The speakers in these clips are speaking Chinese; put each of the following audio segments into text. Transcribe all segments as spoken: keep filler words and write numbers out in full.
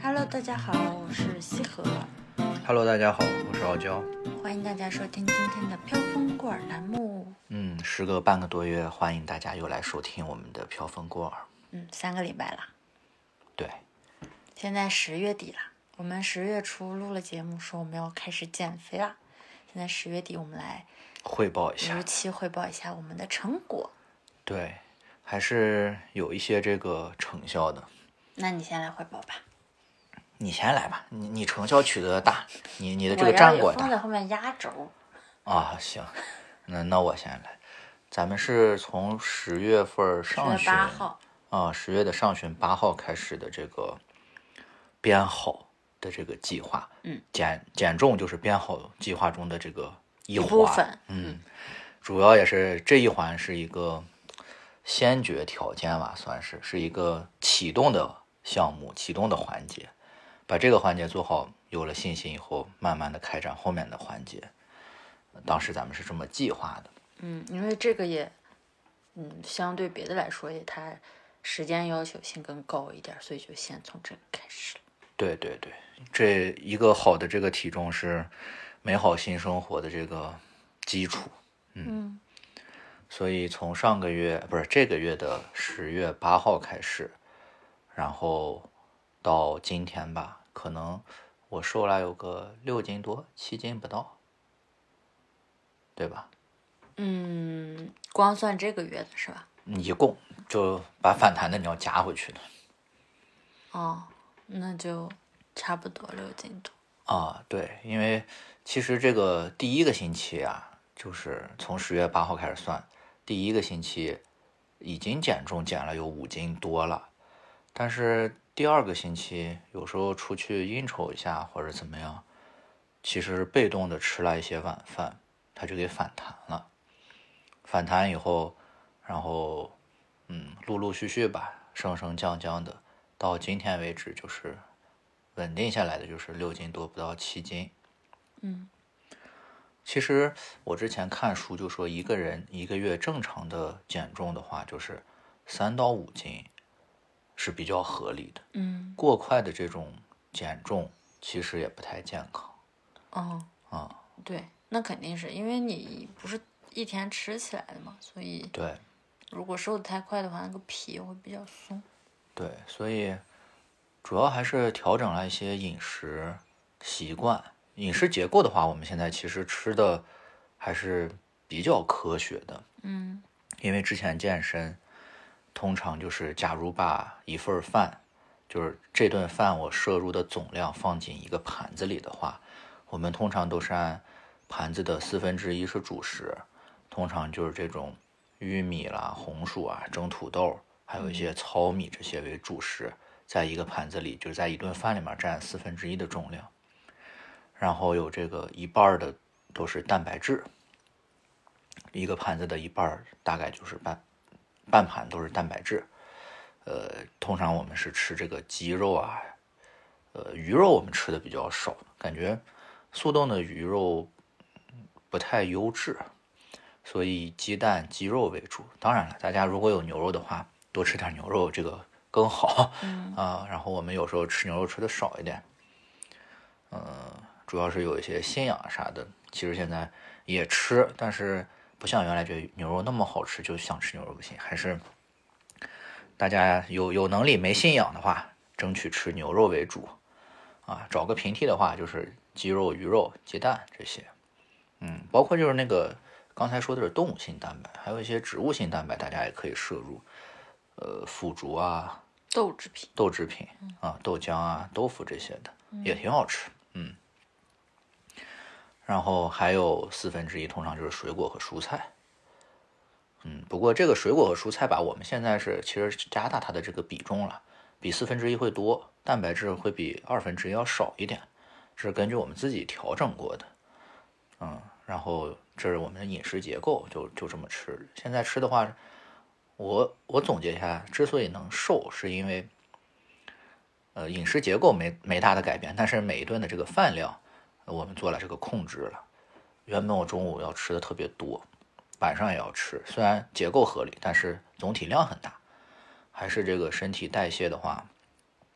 Hello，大家好，我是西河。 Hello， 大家好，我是傲娇。 欢迎大家收听今天的飘风过耳栏目。 嗯，时隔半个多月，欢迎大家又来收听我们的飘风过耳。 嗯，三个礼拜了。 对。 现在十月底了，我们十月初录了节目，说我们要开始减肥了。现在十月底，我们来汇报一下， 如期汇报一下我们的成果。 对，还是有一些这个成效的。 那你先来汇报吧。 你先来吧，你你成效取得大，你你的这个战果大。 我要放在后面压轴。 啊，行，那那我先来。咱们是从十月份上旬， 八号啊，十月的上旬八号开始的这个编好的这个计划。 嗯， 减减重就是编好计划中的这个一环。 一部分。 嗯，主要也是这一环是一个先决条件吧，算是是一个启动的项目，启动的环节。把这个环节做好，有了信心以后，慢慢的开展后面的环节。当时咱们是这么计划的。 嗯，因为这个也，嗯，相对别的来说也它时间要求性更高一点，所以就先从这个开始了。 对对对，这一个好的这个体重是美好新生活的这个基础。嗯， 嗯， 所以从上个月不是这个月的十月八号开始，然后到今天吧，可能我瘦了有个六斤多，七斤不到，对吧？ 嗯，光算这个月的是吧？ 一共就把反弹的你要加回去的。 哦，那就差不多六斤多。 啊，对，因为其实这个第一个星期啊，就是从十月八号开始算，第一个星期已经减重减了有五斤多了，但是第二个星期有时候出去应酬一下或者怎么样，其实被动的吃了一些晚饭，它就给反弹了。反弹以后，然后嗯，陆陆续续吧，升升降降的，到今天为止就是稳定下来的就是六斤多不到七斤。 嗯， 其实我之前看书就说，一个人一个月正常的减重的话，就是三到五斤是比较合理的。 嗯， 过快的这种减重其实也不太健康。 哦， 啊、 嗯，对，那肯定是因为你不是一天吃起来的嘛，所以对， 如果瘦的太快的话，那个皮会比较松。 对，所以主要还是调整了一些饮食习惯。饮食结构的话，我们现在其实吃的还是比较科学的。 嗯， 因为之前健身，通常就是假如把一份饭，就是这顿饭我摄入的总量放进一个盘子里的话，我们通常都是按盘子的四分之一是主食，通常就是这种玉米啦、红薯啊、蒸土豆，还有一些糙米这些为主食，在一个盘子里，就是在一顿饭里面占四分之一的重量。然后有这个一半的都是蛋白质，一个盘子的一半大概就是半半盘都是蛋白质。呃，通常我们是吃这个鸡肉啊，呃，鱼肉我们吃的比较少，感觉速冻的鱼肉不太优质，所以鸡蛋、鸡肉为主。当然了，大家如果有牛肉的话，多吃点牛肉，这个更好。 嗯啊，然后我们有时候吃牛肉吃的少一点，嗯、呃，主要是有一些信仰啥的，其实现在也吃，但是不像原来觉得牛肉那么好吃，就想吃牛肉不行，还是大家有有能力没信仰的话，争取吃牛肉为主。啊，找个平替的话，就是鸡肉、鱼肉、鸡蛋这些。嗯，包括就是那个刚才说的是动物性蛋白，还有一些植物性蛋白，大家也可以摄入。呃，腐竹啊， 豆制品， 豆制品啊，豆浆啊，豆腐这些的也挺好吃。嗯，然后还有四分之一，通常就是水果和蔬菜。嗯，不过这个水果和蔬菜吧，我们现在是其实加大它的这个比重了，比四分之一会多，蛋白质会比二分之一要少一点，这是根据我们自己调整过的。嗯，然后这是我们的饮食结构，就就这么吃。现在吃的话，我我总结一下，之所以能瘦，是因为呃饮食结构没没大的改变，但是每一顿的这个饭量，我们做了这个控制了。原本我中午要吃的特别多，晚上也要吃，虽然结构合理，但是总体量很大。还是这个身体代谢的话，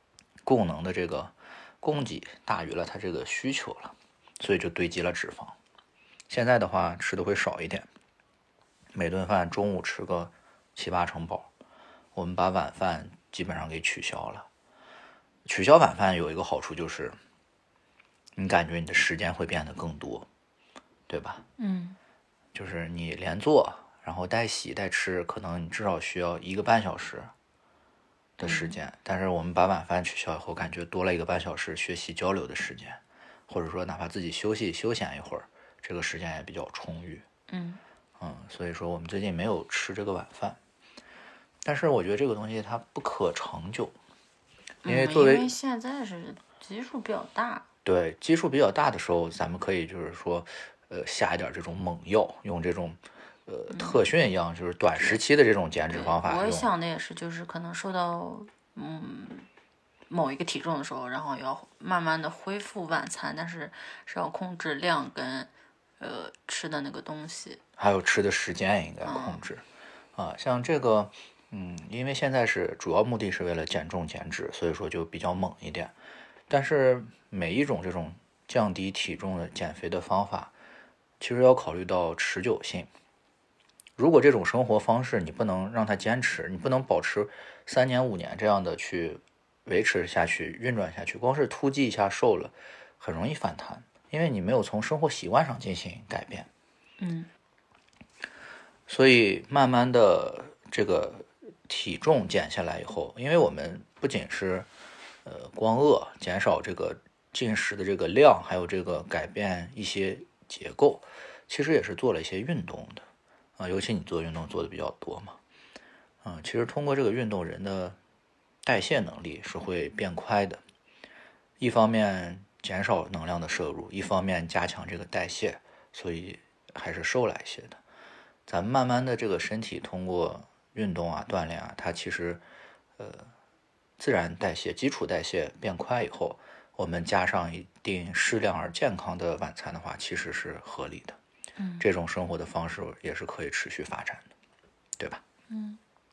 供能的这个供给大于了它这个需求了，所以就堆积了脂肪。现在的话吃的会少一点，每顿饭中午吃个七八成饱，我们把晚饭基本上给取消了。取消晚饭有一个好处就是，你感觉你的时间会变得更多，对吧？ 嗯， 就是你连做，然后带洗带吃，可能你至少需要一个半小时的时间，嗯、但是我们把晚饭取消以后，感觉多了一个半小时学习交流的时间，或者说哪怕自己休息休闲一会儿，这个时间也比较充裕。 嗯嗯，所以说我们最近没有吃这个晚饭，但是我觉得这个东西它不可长久，因为作为、 嗯、因为现在是基数比较大， 对基数比较大的时候，咱们可以就是说，呃，下一点这种猛药，用这种。呃，特训一样，就是短时期的这种减脂方法。 我想的也是，就是可能受到嗯某一个体重的时候，然后要慢慢的恢复晚餐，但是是要控制量跟呃吃的那个东西， 还有吃的时间也应该控制、嗯、啊。像这个，嗯，因为现在是主要目的是为了减重减脂，所以说就比较猛一点。但是每一种这种降低体重的减肥的方法，其实要考虑到持久性。如果这种生活方式你不能让它坚持，你不能保持三年五年这样的去维持下去运转下去，光是突击一下瘦了很容易反弹，因为你没有从生活习惯上进行改变。 嗯， 所以慢慢的这个体重减下来以后，因为我们不仅是呃光饿减少这个进食的这个量，还有这个改变一些结构，其实也是做了一些运动的啊，尤其你做运动做的比较多嘛，嗯，其实通过这个运动，人的代谢能力是会变快的。一方面减少能量的摄入，一方面加强这个代谢，所以还是瘦来一些的。咱们慢慢的这个身体通过运动啊、锻炼啊，它其实呃自然代谢、基础代谢变快以后，我们加上一定适量而健康的晚餐的话，其实是合理的。 嗯， 这种生活的方式也是可以持续发展的，对吧？ 嗯，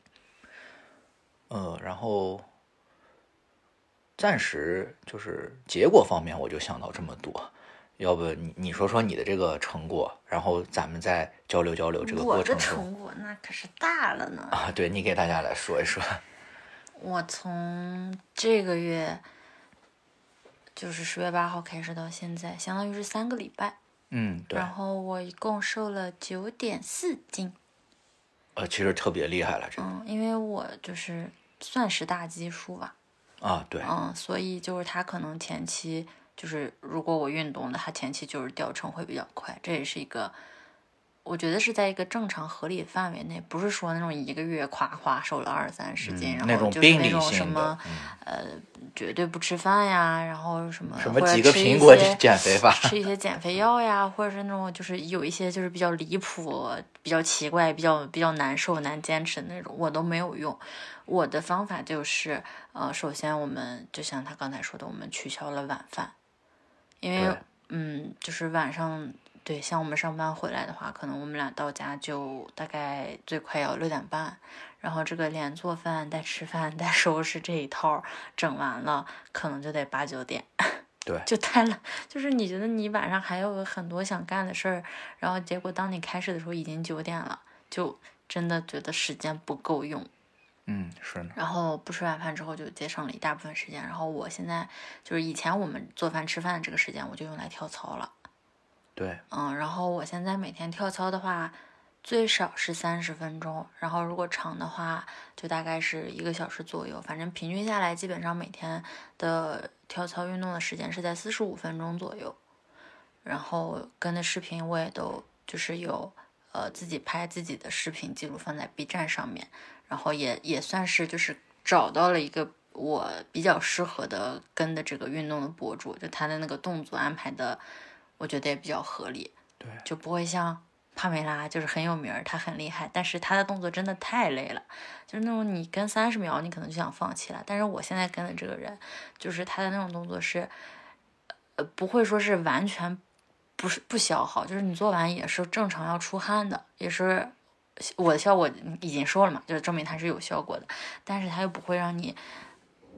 呃，然后暂时就是结果方面，我就想到这么多。要不你你说说你的这个成果，然后咱们再交流交流这个过程中。 我的成果那可是大了呢啊！对，你给大家来说一说。 我从这个月就是十月八号开始到现在，相当于是三个礼拜。 嗯，对。 然后我一共瘦了九点四斤。 呃，其实特别厉害了，这个。 嗯，因为我就是算是大基数吧。 啊，对。 嗯，所以就是它可能前期就是如果我运动的，它前期就是掉秤会比较快，这也是一个。我觉得是在一个正常合理范围内，不是说那种一个月夸夸瘦了二三十斤， 嗯、 然后就是那种什么、 嗯、 呃绝对不吃饭呀，然后什么什么几个苹果减肥法， 吃一些减肥药呀，或者是那种就是有一些就是比较离谱、比较奇怪、比较比较难受、难坚持的那种，我都没有用。我的方法就是呃，首先我们就像他刚才说的，我们取消了晚饭，因为嗯，就是晚上。对，像我们上班回来的话，可能我们俩到家就大概最快要六点半，然后这个连做饭带吃饭带收拾这一套整完了，可能就得八九点。 对， 就太了。就是你觉得你晚上还有很多想干的事儿，然后结果当你开始的时候已经九点了，就真的觉得时间不够用。 嗯，是的。 然后不吃晚饭之后就节省了一大部分时间，然后我现在就是以前我们做饭吃饭的这个时间，我就用来跳操了。 对， 嗯，然后我现在每天跳操的话，最少是三十分钟，然后如果长的话，就大概是一个小时左右。反正平均下来，基本上每天的跳操运动的时间是在四十五分钟左右。然后跟的视频我也都就是有呃自己拍自己的视频记录放在 B 站上面，然后也也算是就是找到了一个我比较适合的跟的这个运动的博主，就他的那个动作安排的。我觉得也比较合理， 对， 就不会像帕梅拉就是很有名，她很厉害，但是她的动作真的太累了，就是那种你跟三十秒你可能就想放弃了。但是我现在跟的这个人，就是他的那种动作是，呃，不会说是完全不是不消耗，就是你做完也是正常要出汗的，也是我的效果已经说了嘛，就是证明它是有效果的，但是它又不会让你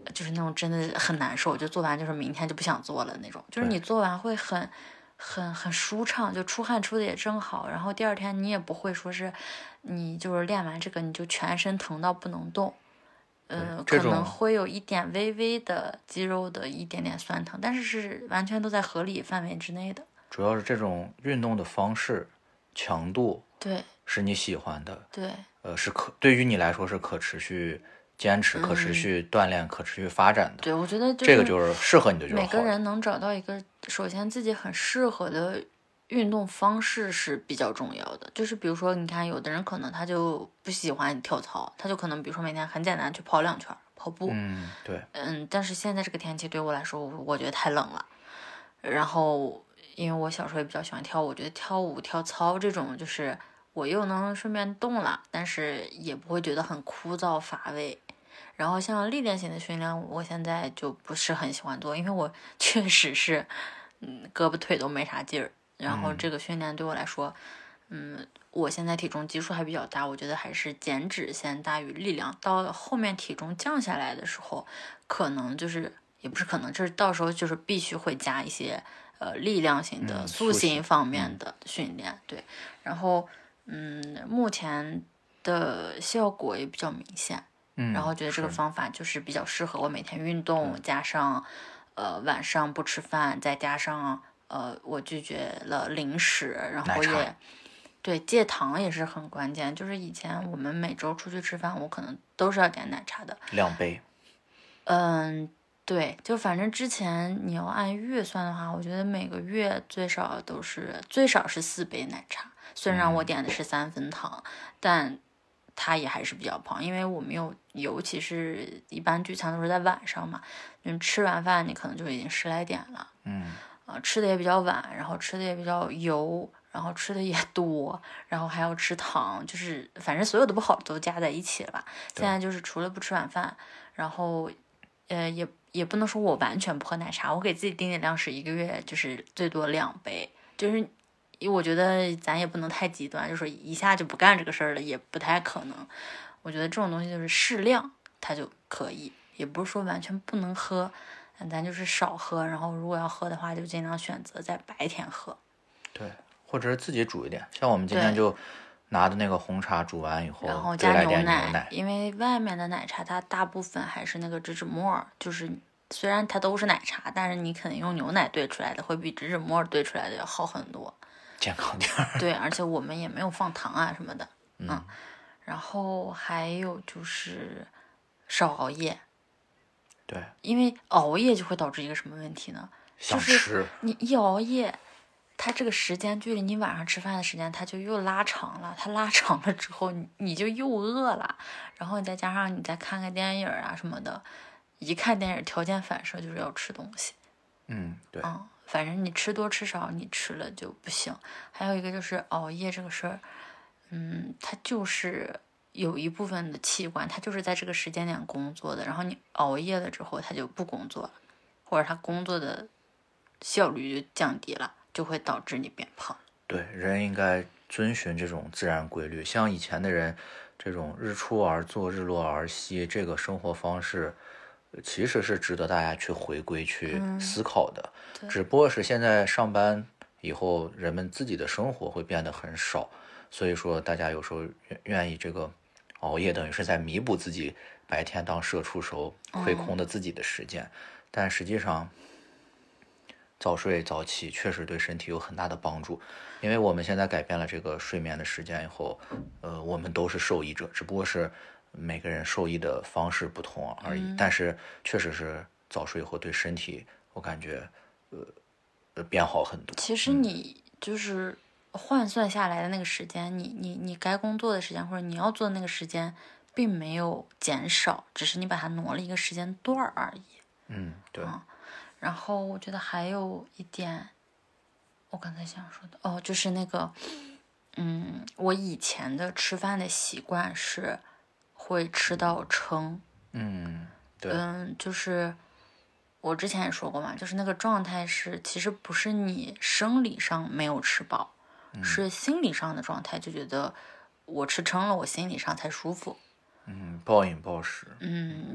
就是那种真的很难受，就做完就是明天就不想做了那种，就是你做完会很很很舒畅，就出汗出的也正好，然后第二天你也不会说是你就是练完这个你就全身疼到不能动。嗯、呃，可能会有一点微微的肌肉的一点点酸疼，但是是完全都在合理范围之内的。 主要是这种运动的方式、强度， 对， 是你喜欢的， 对， 呃，是可对于你来说是可持续坚持、可持续锻炼、嗯、可持续发展的。 对，我觉得、就是、 这个就是适合你的就是好。 每个人能找到一个首先自己很适合的运动方式是比较重要的。就是比如说，你看有的人可能他就不喜欢跳操，他就可能比如说每天很简单去跑两圈跑步。 嗯，对， 嗯，但是现在这个天气对我来说，我觉得太冷了。然后因为我小时候也比较喜欢跳舞，我觉得跳舞跳操这种就是我又能顺便动了，但是也不会觉得很枯燥乏味。然后像力量型的训练，我现在就不是很喜欢做，因为我确实是嗯胳膊腿都没啥劲儿。然后这个训练对我来说，嗯，我现在体重基数还比较大，我觉得还是减脂先大于力量。到后面体重降下来的时候，可能就是也不是可能，就是到时候就是必须会加一些呃力量型的、 嗯、 塑形方面的训练。嗯、对，然后嗯，目前的效果也比较明显。 嗯， 然后觉得这个方法就是比较适合我每天运动，加上呃晚上不吃饭，再加上呃我拒绝了零食，然后也对戒糖也是很关键。就是以前我们每周出去吃饭，我可能都是要点奶茶的， 两杯。 嗯，对，就反正之前你要按月算的话，我觉得每个月最少都是最少是四杯奶茶。虽然我点的是三分糖，嗯、但它也还是比较胖，因为我们有，尤其是一般聚餐都是在晚上嘛，你吃完饭你可能就已经十来点了， 嗯， 啊，吃的也比较晚，然后吃的也比较油，然后吃的也多，然后还要吃糖，就是反正所有的不好都加在一起了。现在就是除了不吃晚饭，然后，呃，也也不能说我完全不喝奶茶，我给自己定的量是一个月就是最多两杯，就是。我觉得咱也不能太极端，就说一下就不干这个事儿了，也不太可能。我觉得这种东西就是适量，它就可以，也不是说完全不能喝，咱就是少喝。然后如果要喝的话，就尽量选择在白天喝。 对，或者是自己煮一点，像我们今天就拿的那个红茶煮完以后， 然后加牛奶， 奶因为外面的奶茶它大部分还是那个植脂末，就是虽然它都是奶茶，但是你肯定用牛奶兑出来的会比植脂末兑出来的要好很多。 健康点儿， 对，而且我们也没有放糖啊什么的， 嗯， 嗯，然后还有就是少熬夜， 对， 因为熬夜就会导致一个什么问题呢？就是你一熬夜，它这个时间距离你晚上吃饭的时间，它就又拉长了，它拉长了之后，你你就又饿了，然后你再加上你再看个电影啊什么的，一看电影条件反射就是要吃东西， 嗯，对， 嗯。反正你吃多吃少，你吃了就不行。还有一个就是熬夜这个事儿，嗯，它就是有一部分的器官，它就是在这个时间点工作的。然后你熬夜了之后，它就不工作了，或者它工作的效率就降低了，就会导致你变胖。 对，人应该遵循这种自然规律。像以前的人，这种日出而作，日落而息，这个生活方式。其实是值得大家去回归、去思考的， 嗯、 只不过是现在上班以后，人们自己的生活会变得很少，所以说大家有时候愿意这个熬夜，等于是在弥补自己白天当社畜时候亏空的自己的时间，嗯、但实际上早睡早起确实对身体有很大的帮助，因为我们现在改变了这个睡眠的时间以后，呃，我们都是受益者，只不过是。每个人受益的方式不同而已， 嗯、 但是确实是早睡以后对身体，我感觉呃变好很多。 其实你就是换算下来的那个时间，嗯、你你你该工作的时间或者你要做的那个时间，并没有减少，只是你把它挪了一个时间段而已。 嗯，对。 嗯，然后我觉得还有一点，我刚才想说的哦，就是那个，嗯，我以前的吃饭的习惯是。会吃到撑， 嗯，对， 嗯，就是我之前也说过嘛，就是那个状态是，其实不是你生理上没有吃饱， 嗯、 是心理上的状态，就觉得我吃撑了，我心理上才舒服。 嗯，暴饮暴食。 嗯，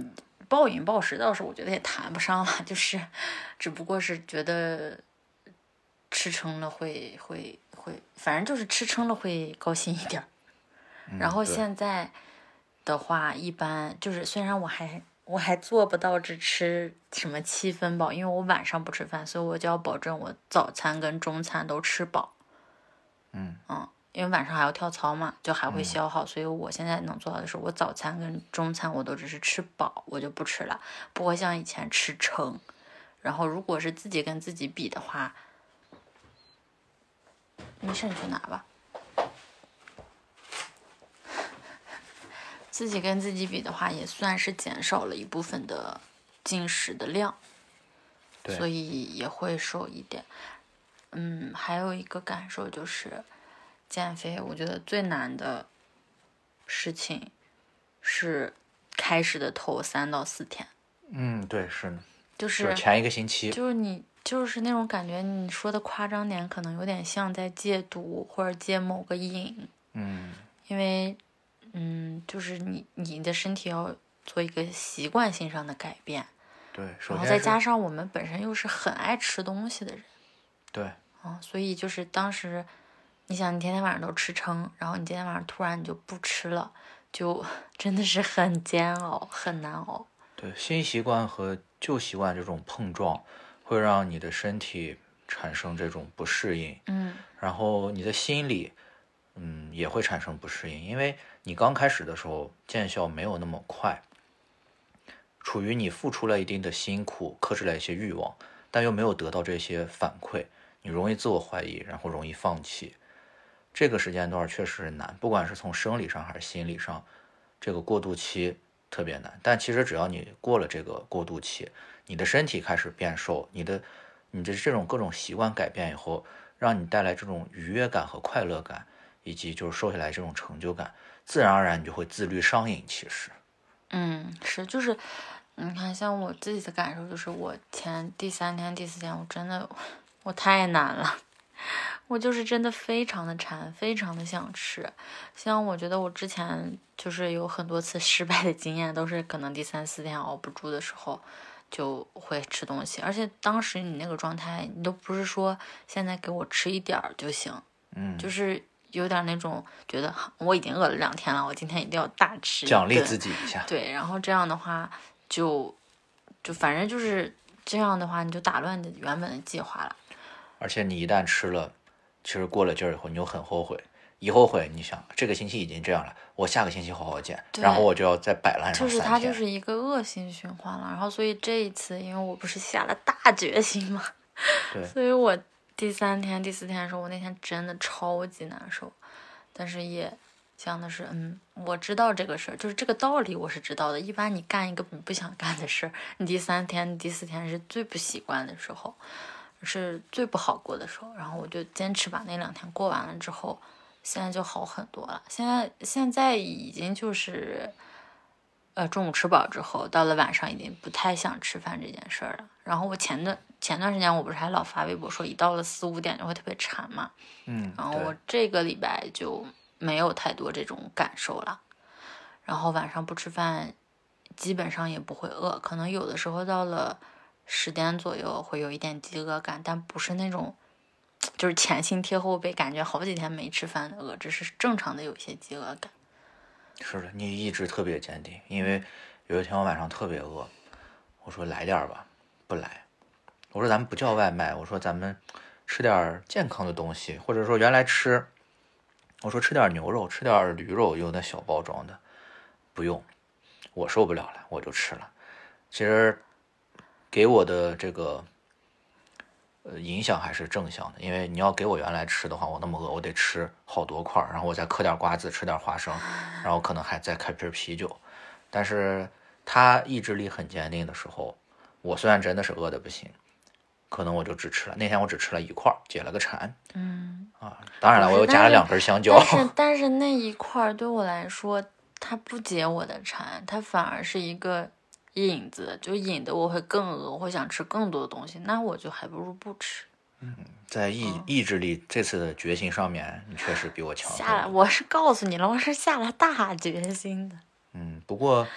暴饮暴食倒是我觉得也谈不上了，就是只不过是觉得吃撑了会会会，反正就是吃撑了会高兴一点。 嗯、 然后现在的话，一般就是虽然我还我还做不到只吃什么七分饱，因为我晚上不吃饭，所以我就要保证我早餐跟中餐都吃饱。 嗯嗯。因为晚上还要跳操嘛，就还会消耗，嗯、所以我现在能做到的是，我早餐跟中餐我都只是吃饱，我就不吃了，不会像以前吃撑。然后如果是自己跟自己比的话，没事你去拿吧。自己跟自己比的话，也算是减少了一部分的进食的量，所以也会瘦一点。嗯，还有一个感受就是。减肥我觉得最难的事情是开始的头三到四天。 嗯，对，是的， 就是前一个星期， 就是你就是那种感觉，你说的夸张点，可能有点像在戒毒或者戒某个瘾。 嗯， 因为嗯，就是你你的身体要做一个习惯性上的改变。 对， 然后再加上我们本身又是很爱吃东西的人。 对。 嗯，所以就是当时。你想，你天天晚上都吃撑，然后你今天晚上突然你就不吃了，就真的是很煎熬，很难熬。 对，新习惯和旧习惯这种碰撞，会让你的身体产生这种不适应， 嗯， 然后你的心理，嗯，也会产生不适应，因为你刚开始的时候见效没有那么快，处于你付出了一定的辛苦，克制了一些欲望，但又没有得到这些反馈，你容易自我怀疑，然后容易放弃。这个时间段确实难，不管是从生理上还是心理上，这个过渡期特别难。但其实只要你过了这个过渡期，你的身体开始变瘦，你的你的这种各种习惯改变以后，让你带来这种愉悦感和快乐感，以及就是瘦下来这种成就感，自然而然你就会自律上瘾。其实， 嗯，是，就是你看，像我自己的感受就是，我前第三天、第四天，我真的我太难了。我就是真的非常的馋，非常的想吃。像我觉得我之前就是有很多次失败的经验，都是可能第三四天熬不住的时候就会吃东西，而且当时你那个状态，你都不是说现在给我吃一点儿就行， 嗯， 就是有点那种觉得我已经饿了两天了，我今天一定要大吃一顿， 奖励自己一下。 对，然后这样的话就就反正就是这样的话，你就打乱你的原本的计划了。 而且你一旦吃了，其实过了劲儿以后，你就很后悔。一后悔，你想这个星期已经这样了，我下个星期好好减，然后我就要再摆烂上三天。 就是它就是一个恶性循环了。然后所以这一次，因为我不是下了大决心嘛， 对， 所以我第三天、第四天的时候，我那天真的超级难受。但是也想的是，嗯，我知道这个事儿，就是这个道理我是知道的。一般你干一个你不想干的事儿，你第三天、第四天是最不习惯的时候。是最不好过的时候，然后我就坚持把那两天过完了之后，现在就好很多了。现在现在已经就是，呃，中午吃饱之后，到了晚上已经不太想吃饭这件事儿了。然后我前段前段时间我不是还老发微博说，一到了四五点就会特别馋嘛， 嗯， 然后我这个礼拜就没有太多这种感受了。然后晚上不吃饭，基本上也不会饿，可能有的时候到了十点左右会有一点饥饿感，但不是那种就是前心贴后背，感觉好几天没吃饭的饿，只是正常的有一些饥饿感。 是的，你意志特别坚定。因为有一天我晚上特别饿，我说来点吧，不来。我说咱们不叫外卖，我说咱们吃点健康的东西，或者说原来吃，我说吃点牛肉，吃点驴肉，有那小包装的，不用，我受不了了，我就吃了。其实给我的这个呃影响还是正向的，因为你要给我原来吃的话，我那么饿，我得吃好多块，然后我再嗑点瓜子，吃点花生，然后可能还再开瓶啤酒。但是他意志力很坚定的时候，我虽然真的是饿的不行，可能我就只吃了那天我只吃了一块，解了个馋。 嗯啊，当然了，我又加了两根香蕉。 但是但是那一块对我来说，它不解我的馋，它反而是一个引子，就引得我会更饿，我会想吃更多的东西，那我就还不如不吃。 嗯，在意、嗯、意志力这次的决心上面，你确实比我强。 下来，我是告诉你了，我是下了大决心的。 嗯，不过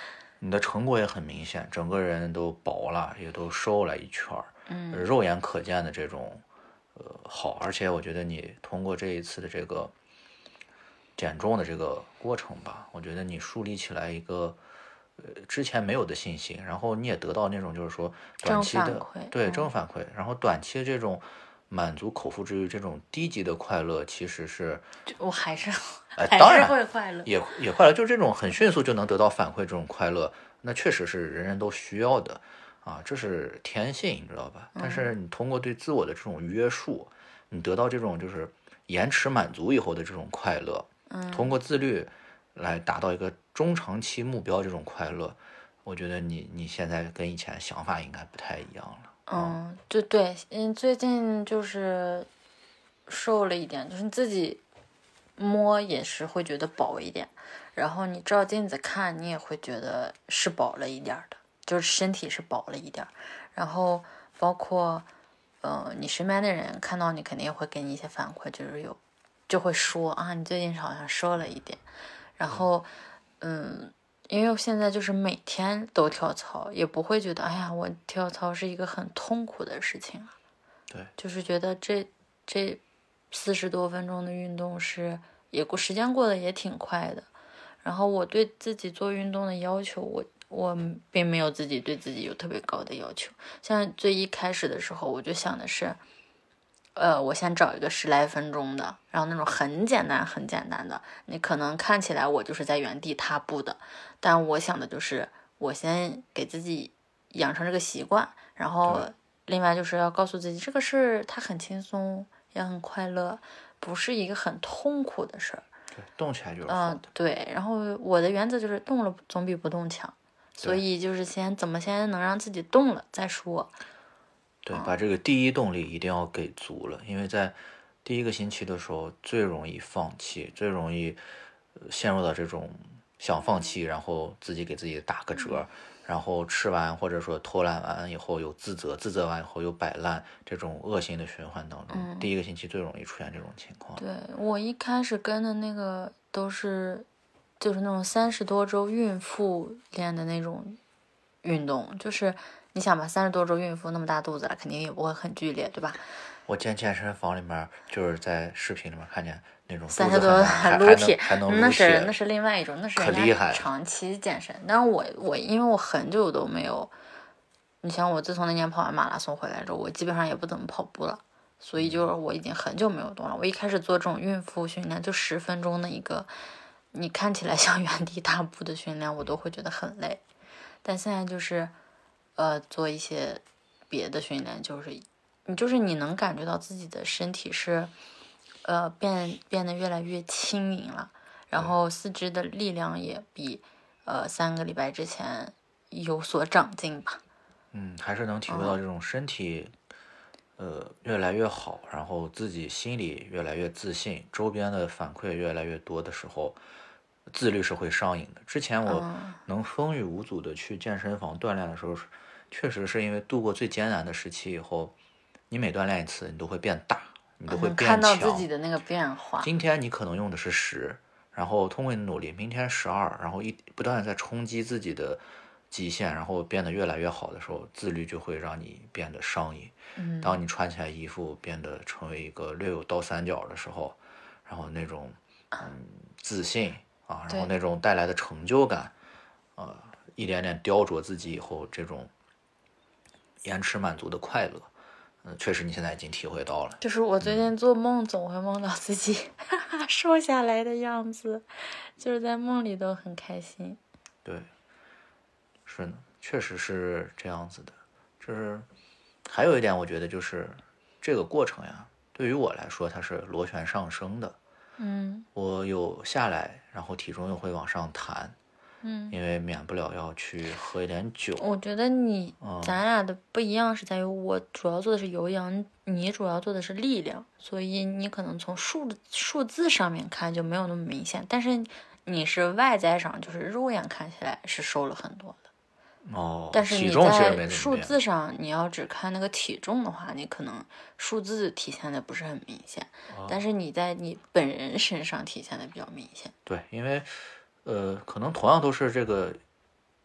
你的成果也很明显，整个人都薄了，也都瘦了一圈儿， 嗯， 肉眼可见的这种呃好，而且我觉得你通过这一次的这个减重的这个过程吧，我觉得你树立起来一个呃之前没有的信心，然后你也得到那种就是说短期的正反馈对嗯正反馈，然后短期的这种满足口腹之欲，这种低级的快乐其实是我还是哎， 还是当然会快乐。 也也快乐，就是这种很迅速就能得到反馈这种快乐，那确实是人人都需要的啊，这是天性，你知道吧？但是你通过对自我的这种约束，你得到这种就是延迟满足以后的这种快乐， 嗯， 通过自律来达到一个中长期目标这种快乐，我觉得你你现在跟以前想法应该不太一样了。 嗯，就对，嗯，最近就是瘦了一点，就是你自己摸也是会觉得薄一点，然后你照镜子看，你也会觉得是薄了一点的，就是身体是薄了一点，然后包括呃你身边的人看到你肯定也会给你一些反馈，就是有就会说啊你最近好像瘦了一点，然后嗯。因为我现在就是每天都跳操，也不会觉得哎呀，我跳操是一个很痛苦的事情了。 对， 就是觉得这这四十多分钟的运动是也过时间过得也挺快的。然后我对自己做运动的要求，我我并没有自己对自己有特别高的要求。像最一开始的时候，我就想的是，呃，我先找一个十来分钟的，然后那种很简单很简单的，你可能看起来我就是在原地踏步的，但我想的就是我先给自己养成这个习惯，然后另外就是要告诉自己这个事儿它很轻松也很快乐，不是一个很痛苦的事儿。 对，动起来就是好嗯、 的。 对。然后我的原则就是动了总比不动强，所以就是先怎么先能让自己动了再说。 对，把这个第一动力一定要给足了，因为在第一个星期的时候最容易放弃，最容易呃陷入到这种想放弃，然后自己给自己打个折，然后吃完或者说偷懒完以后有自责，自责完以后又摆烂，这种恶性的循环当中，第一个星期最容易出现这种情况。 对，我一开始跟的那个都是就是那种三十多周孕妇练的那种运动，就是你想吧，三十多周孕妇那么大肚子了，肯定也不会很剧烈，对吧？ 我见健身房里面就是在视频里面看见那种三十多还撸铁， 还能那是那是另外一种，那是可厉害人家长期健身。但是我我因为我很久都没有，你像我自从那年跑完马拉松回来之后，我基本上也不怎么跑步了，所以就是我已经很久没有动了。我一开始做这种孕妇训练，就十分钟的一个，你看起来像原地踏步的训练，我都会觉得很累。但现在就是，呃，做一些别的训练，就是你就是你能感觉到自己的身体是，呃，变变得越来越轻盈了，然后四肢的力量也比，呃，三个礼拜之前有所长进吧。 嗯，还是能体会到这种身体，呃，越来越好，然后自己心里越来越自信，周边的反馈越来越多的时候，自律是会上瘾的。之前我能风雨无阻的去健身房锻炼的时候，确实是因为度过最艰难的时期以后，你每锻炼一次，你都会变大，你都会变强。 看到自己的那个变化。 今天你可能用的是十，然后通过你的努力，明天十二，然后一不断的在冲击自己的极限，然后变得越来越好的时候，自律就会让你变得上瘾。 嗯， 当你穿起来衣服变得成为一个略有倒三角的时候，然后那种嗯自信啊，然后那种带来的成就感，呃，一点点雕琢自己以后，这种延迟满足的快乐，嗯，确实你现在已经体会到了。 就是我最近做梦总会梦到自己哈哈瘦下来的样子，就是在梦里都很开心。 对，是呢，确实是这样子的。就是还有一点，我觉得就是这个过程呀，对于我来说它是螺旋上升的。 嗯， 我有下来，然后体重又会往上弹。 嗯， 因为免不了要去喝一点酒。 我觉得你、 嗯、 咱俩的不一样是在于我主要做的是有氧，你主要做的是力量，所以你可能从数数字上面看就没有那么明显，但是你是外在上就是肉眼看起来是瘦了很多的。 哦， 但是你体重其实没在数怎么变。 字上，你要只看那个体重的话，你可能数字体现的不是很明显， 哦但是你在你本人身上体现的比较明显。 对，因为呃，可能同样都是这个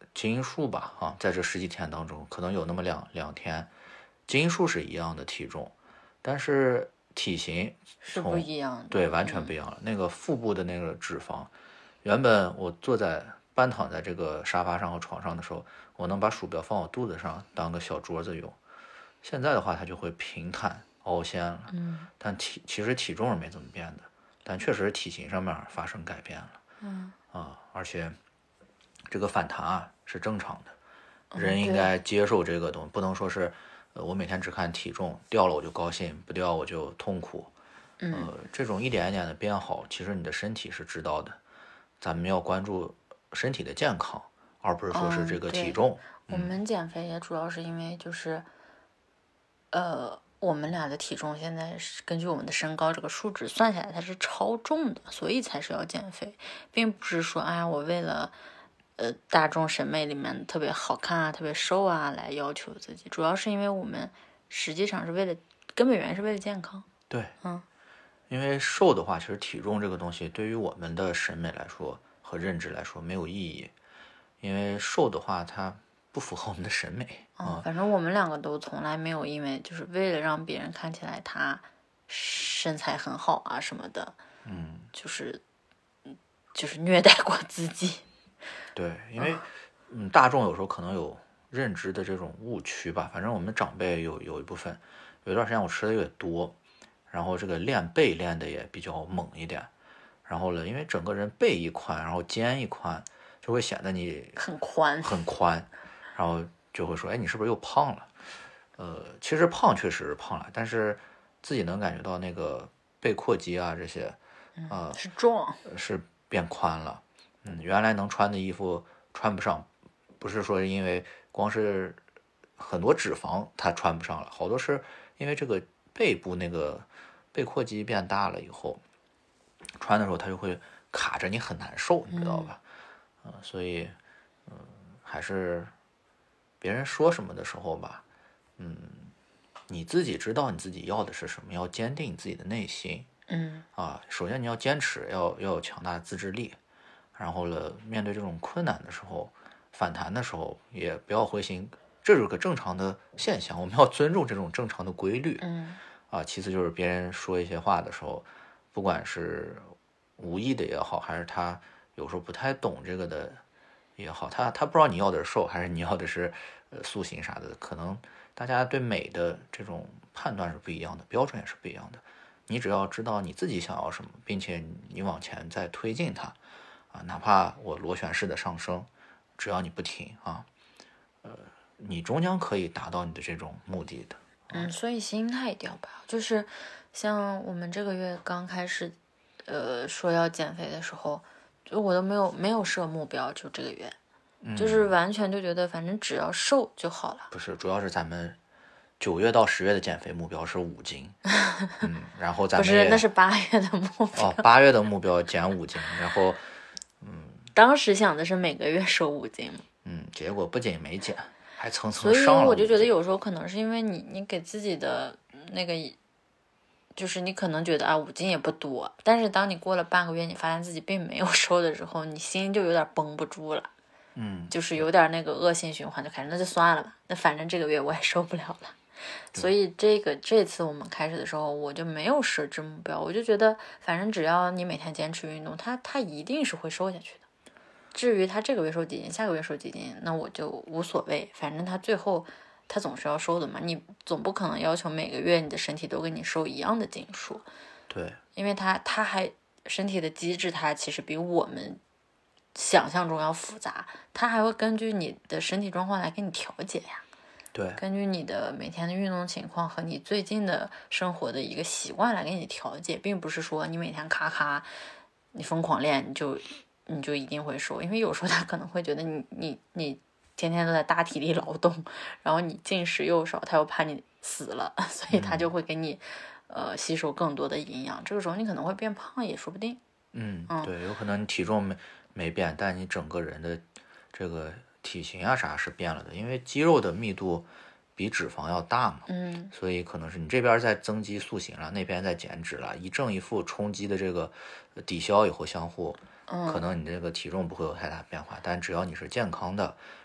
基因数吧，啊，在这十几天当中，可能有那么两两天，基因数是一样的体重，但是体型是不一样的， 对，完全不一样了。嗯、那个腹部的那个脂肪，原本我坐在半躺在这个沙发上和床上的时候，我能把鼠标放我肚子上当个小桌子用，现在的话它就会平坦凹陷了。 嗯， 但体其实体重是没怎么变的，但确实体型上面发生改变了。 嗯啊，而且这个反弹啊是正常的， 嗯人应该接受这个东西，不能说是，呃，我每天只看体重掉了我就高兴，不掉我就痛苦。呃，这种一点一点的变好，其实你的身体是知道的。咱们要关注身体的健康，而不是说是这个体重。 嗯、我们减肥也主要是因为就是，呃，我们俩的体重现在是根据我们的身高这个数值算下来，它是超重的，所以才是要减肥，并不是说，哎呀，我为了呃大众审美里面特别好看啊、特别瘦啊来要求自己，主要是因为我们实际上是为了根本原因是为了健康。 对， 嗯。 因为瘦的话，其实体重这个东西对于我们的审美来说和认知来说没有意义，因为瘦的话它不符合我们的审美。 嗯，反正我们两个都从来没有因为就是为了让别人看起来他身材很好啊什么的， 嗯， 就是就是虐待过自己。 对，因为嗯，大众有时候可能有认知的这种误区吧。反正我们长辈有有一部分，有一段时间我吃的有点多。然后这个练背练的也比较猛一点，然后呢，因为整个人背一宽，然后肩一宽，就会显得你很宽很宽，然后就会说，哎，你是不是又胖了？呃，其实胖确实是胖了，但是自己能感觉到那个背阔肌啊这些， 呃，是壮， 是变宽了。嗯，原来能穿的衣服穿不上，不是说因为光是很多脂肪它穿不上了，好多是因为这个背部那个。背阔肌变大了以后，穿的时候它就会卡着你，很难受，你知道吧？嗯、呃，所以，嗯、呃，还是别人说什么的时候吧，嗯，你自己知道你自己要的是什么，要坚定你自己的内心。 嗯， 啊，首先你要坚持，要要有强大的自制力，然后呢，面对这种困难的时候，反弹的时候，也不要灰心，这是个正常的现象，我们要尊重这种正常的规律。 嗯。 啊，其次就是别人说一些话的时候，不管是无意的也好，还是他有时候不太懂这个的也好，他他不知道你要的是瘦还是你要的是呃塑形啥的，可能大家对美的这种判断是不一样的，标准也是不一样的。你只要知道你自己想要什么，并且你往前再推进它，啊，哪怕我螺旋式的上升，只要你不停啊，呃，你终将可以达到你的这种目的的。 嗯，所以心态一定要摆好，就是像我们这个月刚开始，呃，说要减肥的时候，就我都没有没有设目标，就这个月， 嗯、 就是完全就觉得反正只要瘦就好了。 不是，主要是咱们九月到十月的减肥目标是五斤，嗯，然后咱们不是，那是八月的目标。 哦，八月的目标减五斤，然后，嗯， 当时想的是每个月瘦五斤， 嗯，结果不仅没减。还层层上了， 所以我就觉得有时候可能是因为你你给自己的那个，就是你可能觉得啊五斤也不多，但是当你过了半个月，你发现自己并没有瘦的时候，你心就有点绷不住了， 嗯， 就是有点那个恶性循环就开始，那就算了吧，那反正这个月我也瘦不了了。所以这个这次我们开始的时候，我就没有设置目标，我就觉得反正只要你每天坚持运动，它它一定是会瘦下去的。至于他这个月瘦几斤，下个月瘦几斤，那我就无所谓，反正他最后他总是要瘦的嘛，你总不可能要求每个月你的身体都给你瘦一样的斤数。 对， 因为他他还身体的机制，它其实比我们想象中要复杂，他还会根据你的身体状况来给你调节呀。 对， 根据你的每天的运动情况和你最近的生活的一个习惯来给你调节，并不是说你每天咔咔你疯狂练你就你就一定会瘦，因为有时候他可能会觉得你你你天天都在大体力劳动，然后你进食又少，他又怕你死了，所以他就会给你、嗯、呃吸收更多的营养，这个时候你可能会变胖也说不定。 嗯，对，有可能你体重没没变，但你整个人的这个体型啊啥是变了的，因为肌肉的密度比脂肪要大嘛， 嗯， 所以可能是你这边在增肌塑形了，那边在减脂了，一正一负冲击的这个抵消以后相互。可能你这个体重不会有太大变化，但只要你是健康的，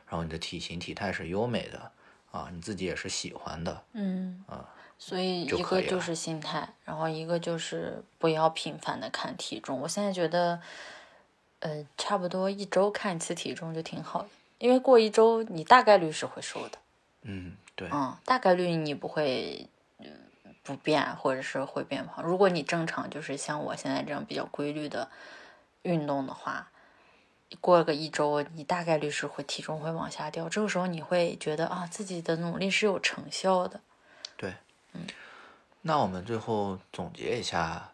然后你的体型体态是优美的啊，你自己也是喜欢的， 嗯啊， 所以一就可以了个就是心态，然后一个就是不要频繁的看体重。我现在觉得，呃，差不多一周看一次体重就挺好的，因为过一周你大概率是会瘦的， 嗯，对， 嗯，大概率你不会。嗯不变，或者是会变胖。如果你正常就是像我现在这样比较规律的运动的话，过个一周，你大概率是会体重会往下掉。这个时候你会觉得啊，自己的努力是有成效的。 对， 嗯， 那我们最后总结一下，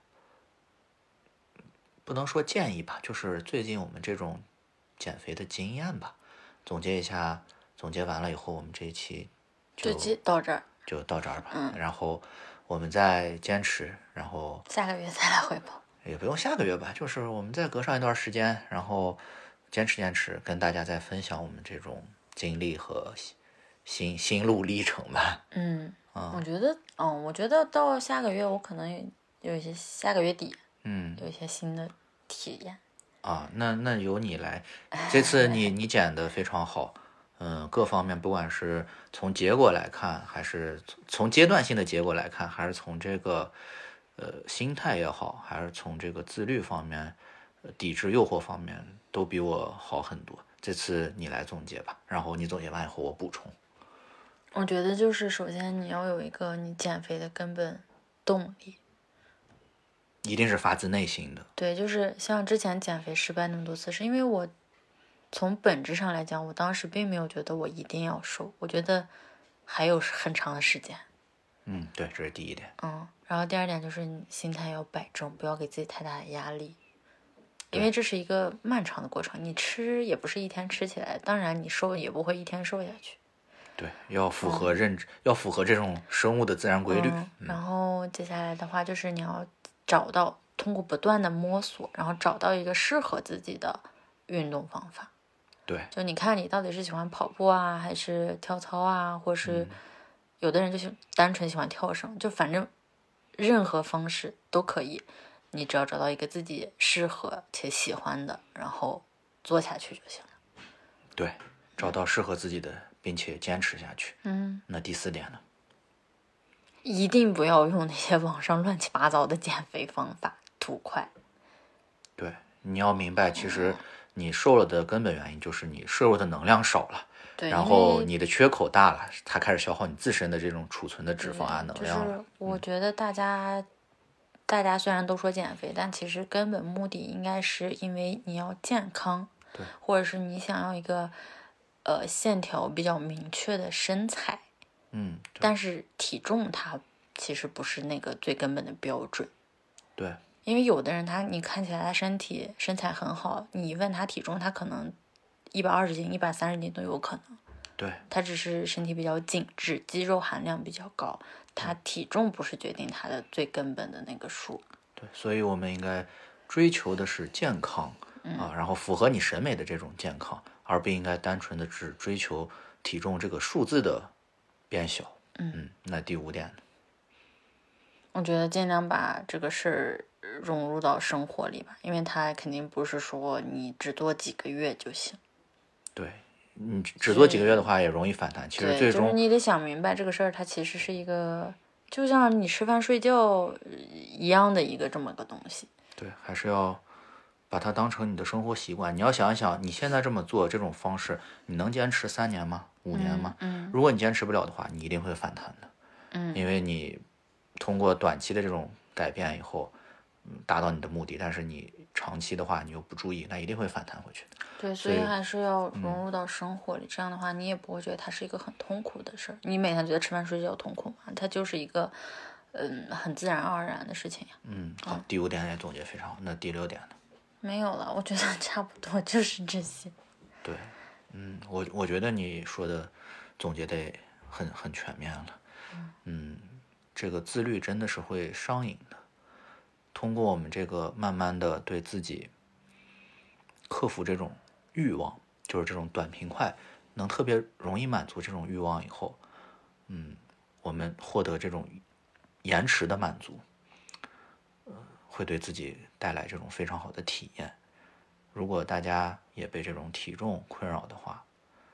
不能说建议吧，就是最近我们这种减肥的经验吧。总结一下，总结完了以后，我们这一期就就到这儿， 就到这儿吧。 嗯， 然后我们再坚持，然后下个月再来汇报。 也不用下个月吧，就是我们再隔上一段时间，然后坚持坚持，跟大家再分享我们这种经历和心心路历程吧。 嗯， 啊、 我觉得，嗯，我觉得到下个月我可能有有一些下个月底， 嗯， 有一些新的体验。 啊，那那由你来，这次你你剪的非常好，嗯，各方面不管是从结果来看，还是从从阶段性的结果来看，还是从这个呃心态也好，还是从这个自律方面、呃抵制诱惑方面，都比我好很多。这次你来总结吧，然后你总结完以后我补充。 我觉得就是首先你要有一个你减肥的根本动力。 一定是发自内心的。 对，就是像之前减肥失败那么多次，是因为我从本质上来讲，我当时并没有觉得我一定要瘦，我觉得还有很长的时间。 嗯，对，这是第一点。 嗯，然后第二点就是你心态要摆正，不要给自己太大的压力，因为这是一个漫长的过程。你吃也不是一天吃起来，当然你瘦也不会一天瘦下去。 对，要符合认知，要符合这种生物的自然规律。 嗯，然后接下来的话就是你要找到，通过不断的摸索，然后找到一个适合自己的运动方法。 对， 就你看你到底是喜欢跑步啊，还是跳操啊，或是有的人就是单纯喜欢跳绳，就反正任何方式都可以，你只要找到一个自己适合且喜欢的，然后做下去就行了。 对，找到适合自己的，并且坚持下去。 嗯， 那第四点呢？ 一定不要用那些网上乱七八糟的减肥方法，图快。 对，你要明白，其实你瘦了的根本原因就是你摄入的能量少了， 对， 然后你的缺口大了，它开始消耗你自身的这种储存的脂肪啊能量了。 就是我觉得大家，嗯、大家虽然都说减肥，但其实根本目的应该是因为你要健康， 对， 或者是你想要一个呃线条比较明确的身材。 嗯， 但是体重它其实不是那个最根本的标准。 对， 因为有的人他你看起来他身体身材很好，你问他体重，他可能一百二十斤、一百三十斤都有可能。 对， 他只是身体比较紧致，肌肉含量比较高，他体重不是决定他的最根本的那个数。 对，所以我们应该追求的是健康、 嗯、 啊，然后符合你审美的这种健康，而不应该单纯的只追求体重这个数字的变小。 嗯嗯，那第五点呢？ 我觉得尽量把这个事儿融入到生活里吧，因为它肯定不是说你只做几个月就行。 对，你只做几个月的话也容易反弹。其实最终、 就是你得想明白这个事儿，它其实是一个就像你吃饭睡觉一样的一个这么个东西。 对，还是要把它当成你的生活习惯。你要想一想，你现在这么做这种方式，你能坚持三年吗？五年吗？ 嗯，嗯如果你坚持不了的话，你一定会反弹的。 嗯， 因为你通过短期的这种改变以后，嗯，达到你的目的，但是你长期的话你又不注意，那一定会反弹回去。 对， 所以所以还是要融入到生活里，嗯、这样的话你也不会觉得它是一个很痛苦的事儿。你每天觉得吃饭睡觉痛苦吗？它就是一个嗯很自然而然的事情呀。 嗯，好，第五点也总结非常好。那第六点呢？ 没有了，我觉得差不多就是这些。 对，嗯，我我觉得你说的总结得很很全面了。 嗯， 嗯，这个自律真的是会上瘾的。通过我们这个慢慢的对自己克服这种欲望，就是这种短平快，能特别容易满足这种欲望以后，嗯，我们获得这种延迟的满足，呃，会对自己带来这种非常好的体验。如果大家也被这种体重困扰的话，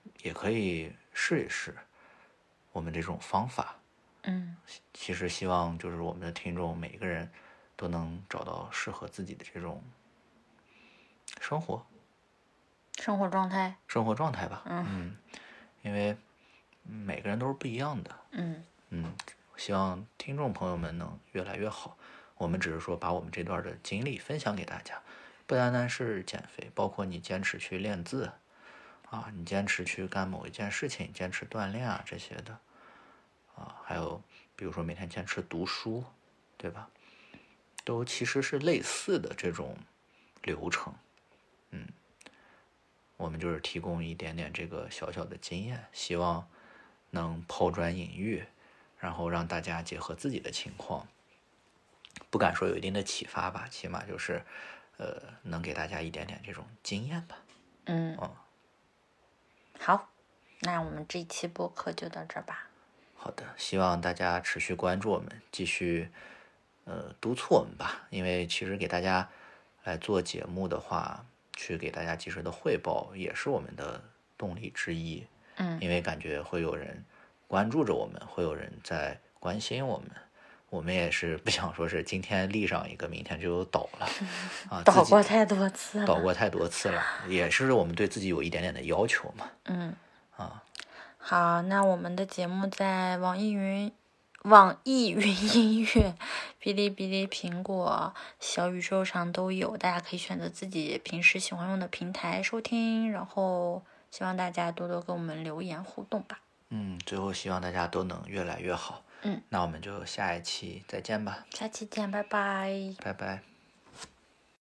也可以试一试我们这种方法。 嗯， 其实希望就是我们的听众每一个人都能找到适合自己的这种生活生活状态， 生活状态吧。 嗯嗯，因为每个人都是不一样的。 嗯嗯，希望听众朋友们能越来越好。我们只是说把我们这段的经历分享给大家，不单单是减肥，包括你坚持去练字啊，你坚持去干某一件事情，坚持锻炼啊这些的啊，还有比如说每天坚持读书，对吧？都其实是类似的这种流程。嗯，我们就是提供一点点这个小小的经验，希望能抛砖引玉，然后让大家结合自己的情况，不敢说有一定的启发吧，起码就是呃能给大家一点点这种经验吧。 嗯， 嗯， 好，那我们这一期播客就到这儿吧。 好的，希望大家持续关注我们，继续呃督促我们吧。因为其实给大家来做节目的话，去给大家及时的汇报，也是我们的动力之一。 嗯， 因为感觉会有人关注着我们，会有人在关心我们。我们也是不想说是今天立上一个，明天就倒了啊， 倒自己过太多次了， 倒过太多次了，也是我们对自己有一点点的要求嘛。 嗯啊， 好，那我们的节目在网易云、网易云音乐、哔哩哔哩、苹果、小宇宙上都有，大家可以选择自己平时喜欢用的平台收听。然后希望大家多多跟我们留言互动吧。 嗯，最后希望大家都能越来越好。 嗯， 那我们就下一期再见吧， 下期见，拜拜。 拜拜。